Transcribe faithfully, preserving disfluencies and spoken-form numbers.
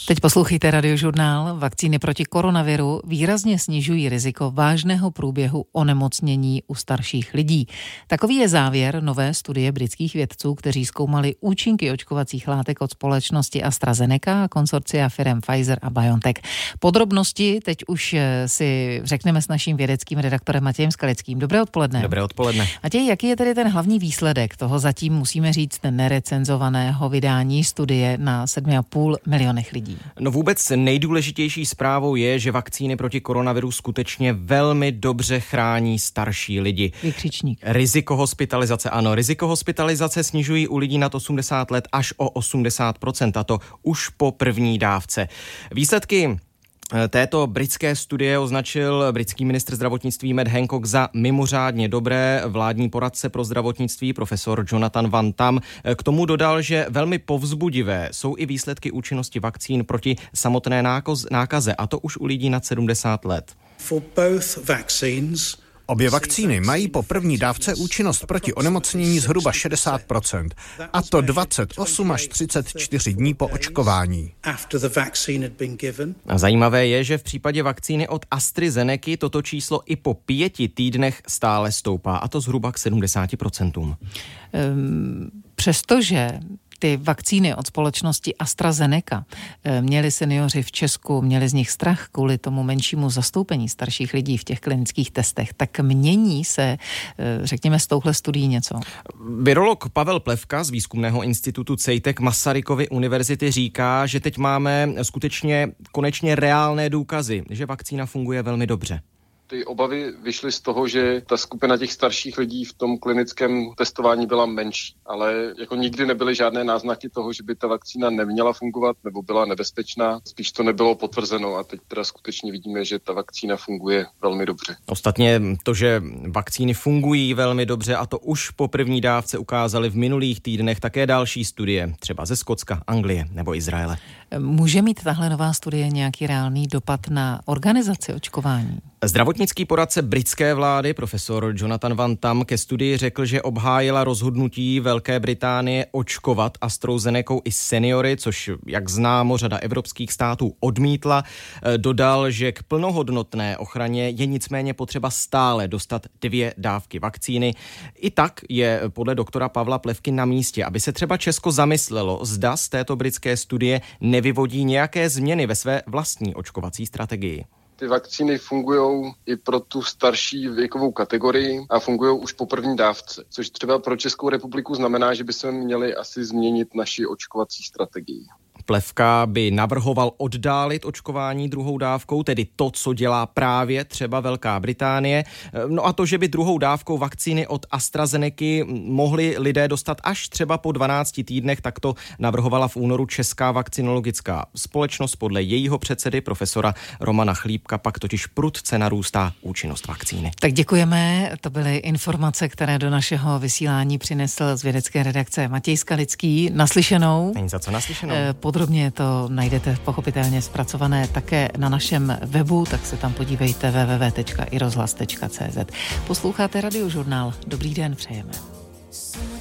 Teď poslouchejte Radiožurnál. Vakcíny proti koronaviru výrazně snižují riziko vážného průběhu onemocnění u starších lidí. Takový je závěr nové studie britských vědců, kteří zkoumali účinky očkovacích látek od společnosti AstraZeneca a konsorcia firem Pfizer a BioNTech. Podrobnosti teď už si řekneme s naším vědeckým redaktorem Matějem Skalickým. Dobré odpoledne. Dobré odpoledne. Matěj, jaký je tedy ten hlavní výsledek toho zatím, musíme říct, nerecenzovaného vydání studie na sedmi a půl milionech lidí? No vůbec nejdůležitější zprávou je, že vakcíny proti koronaviru skutečně velmi dobře chrání starší lidi. Vykřičník. Riziko hospitalizace, ano, riziko hospitalizace snižují u lidí nad osmdesát let až o osmdesát procent, a to už po první dávce. Výsledky této britské studie označil britský ministr zdravotnictví Matt Hancock za mimořádně dobré. Vládní poradce pro zdravotnictví profesor Jonathan Van Tam k tomu dodal, že velmi povzbudivé jsou i výsledky účinnosti vakcín proti samotné nákaze, a to už u lidí nad sedmdesát let. For both vaccines, Obě vakcíny mají po první dávce účinnost proti onemocnění zhruba šedesát procent, a to dvacet osm až třicet čtyři dní po očkování. A zajímavé je, že v případě vakcíny od AstraZenecy toto číslo i po pěti týdnech stále stoupá, a to zhruba k sedmdesáti procentům. Um, přestože ty vakcíny od společnosti AstraZeneca měli seniori v Česku, měli z nich strach kvůli tomu menšímu zastoupení starších lidí v těch klinických testech, tak mění se, řekněme, s touhle studií něco? Virolog Pavel Plevka z výzkumného institutu CEJTEC Masarykovy univerzity říká, že teď máme skutečně konečně reálné důkazy, že vakcína funguje velmi dobře. Ty obavy vyšly z toho, že ta skupina těch starších lidí v tom klinickém testování byla menší, ale jako nikdy nebyly žádné náznaky toho, že by ta vakcína neměla fungovat nebo byla nebezpečná. Spíš to nebylo potvrzeno a teď teda skutečně vidíme, že ta vakcína funguje velmi dobře. Ostatně to, že vakcíny fungují velmi dobře, a to už po první dávce, ukázaly v minulých týdnech také další studie, třeba ze Skotska, Anglie nebo Izraele. Může mít tahle nová studie nějaký reálný dopad na organizaci očkování? Zdravotnický poradce britské vlády profesor Jonathan Van Tam ke studii řekl, že obhájila rozhodnutí Velké Británie očkovat AstraZenecou i seniory, což, jak známo, řada evropských států odmítla. Dodal, že k plnohodnotné ochraně je nicméně potřeba stále dostat dvě dávky vakcíny. I tak je podle doktora Pavla Plevky na místě, aby se třeba Česko zamyslelo, zda z této britské studie nevyvodí nějaké změny ve své vlastní očkovací strategii. Ty vakcíny fungují i pro tu starší věkovou kategorii a fungují už po první dávce, což třeba pro Českou republiku znamená, že bychom měli asi změnit naši očkovací strategii. Plevka by navrhoval oddálit očkování druhou dávkou, tedy to, co dělá právě třeba Velká Británie. No a to, že by druhou dávkou vakcíny od AstraZenecy mohli lidé dostat až třeba po dvanácti týdnech, tak to navrhovala v únoru Česká vakcinologická společnost. Podle jejího předsedy profesora Romana Chlípka pak totiž prudce narůstá účinnost vakcíny. Tak děkujeme, to byly informace, které do našeho vysílání přinesl z vědecké redakce Matěj Skalický. Naslyšenou. Není za co naslyšenou. Podrobně to najdete pochopitelně zpracované také na našem webu, tak se tam podívejte w w w tečka i rozhlas tečka c z. Posloucháte Radiožurnál. Dobrý den, přejeme.